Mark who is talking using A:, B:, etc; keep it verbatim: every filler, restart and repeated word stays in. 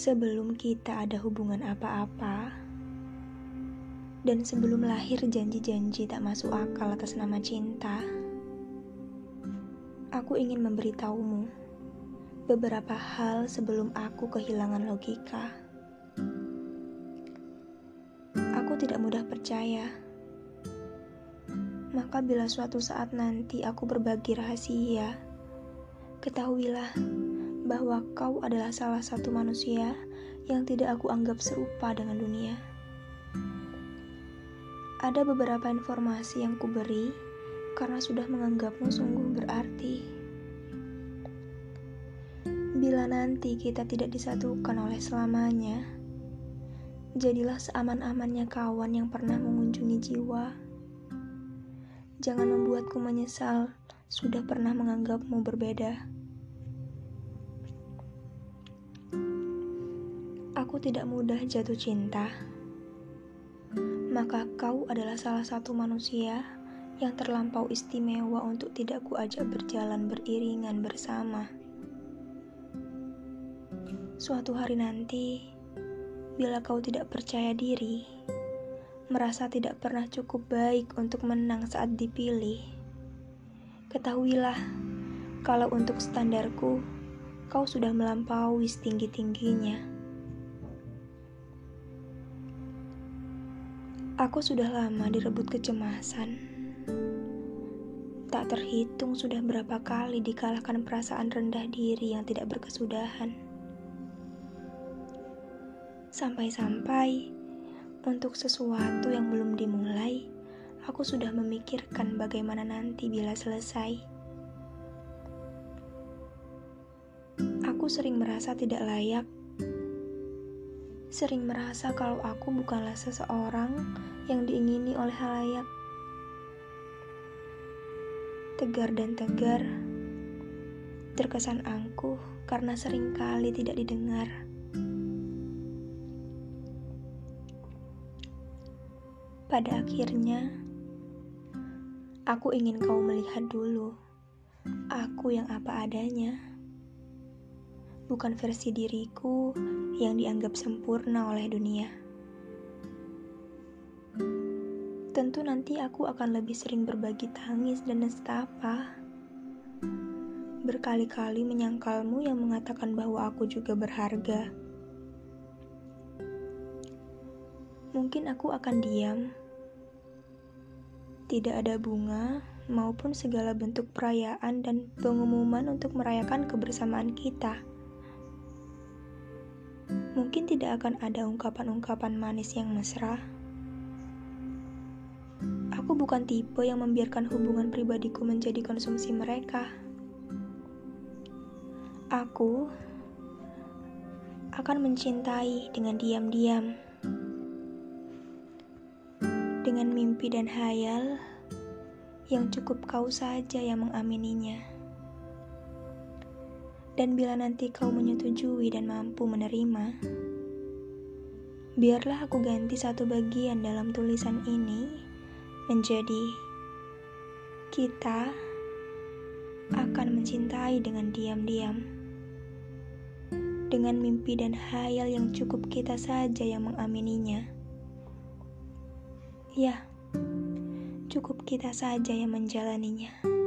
A: Sebelum kita ada hubungan apa-apa, dan sebelum lahir janji-janji tak masuk akal atas nama cinta, aku ingin memberitahumu beberapa hal sebelum aku kehilangan logika. Aku tidak mudah percaya. Maka bila suatu saat nanti aku berbagi rahasia, ketahuilah bahwa kau adalah salah satu manusia yang tidak aku anggap serupa dengan dunia. Ada beberapa informasi yang kuberi karena sudah menganggapmu sungguh berarti. Bila nanti kita tidak disatukan oleh selamanya, jadilah seaman-amannya kawan yang pernah mengunjungi jiwa. Jangan membuatku menyesal sudah pernah menganggapmu berbeda. Aku tidak mudah jatuh cinta, maka kau adalah salah satu manusia yang terlampau istimewa untuk tidak kuajak berjalan beriringan bersama. Suatu hari nanti, bila kau tidak percaya diri, merasa tidak pernah cukup baik untuk menang saat dipilih, ketahuilah kalau untuk standarku, kau sudah melampaui setinggi-tingginya. Aku sudah lama direbut kecemasan. Tak terhitung sudah berapa kali dikalahkan perasaan rendah diri yang tidak berkesudahan. Sampai-sampai untuk sesuatu yang belum dimulai, aku sudah memikirkan bagaimana nanti bila selesai. Aku sering merasa tidak layak. Sering merasa kalau aku bukanlah seseorang yang diingini oleh halayak. Tegar dan tegar, terkesan angkuh karena seringkali tidak didengar. Pada akhirnya, aku ingin kau melihat dulu aku yang apa adanya. Bukan versi diriku yang dianggap sempurna oleh dunia. Tentu nanti aku akan lebih sering berbagi tangis dan nestapa. Berkali-kali menyangkalmu yang mengatakan bahwa aku juga berharga. Mungkin aku akan diam. Tidak ada bunga maupun segala bentuk perayaan dan pengumuman untuk merayakan kebersamaan kita. Mungkin tidak akan ada ungkapan-ungkapan manis yang mesra. Aku bukan tipe yang membiarkan hubungan pribadiku menjadi konsumsi mereka. Aku akan mencintai dengan diam-diam, dengan mimpi dan hayal yang cukup kau saja yang mengamininya. Dan bila nanti kau menyetujui dan mampu menerima, biarlah aku ganti satu bagian dalam tulisan ini menjadi kita akan mencintai dengan diam-diam, dengan mimpi dan hayal yang cukup kita saja yang mengamininya. Ya, cukup kita saja yang menjalaninya.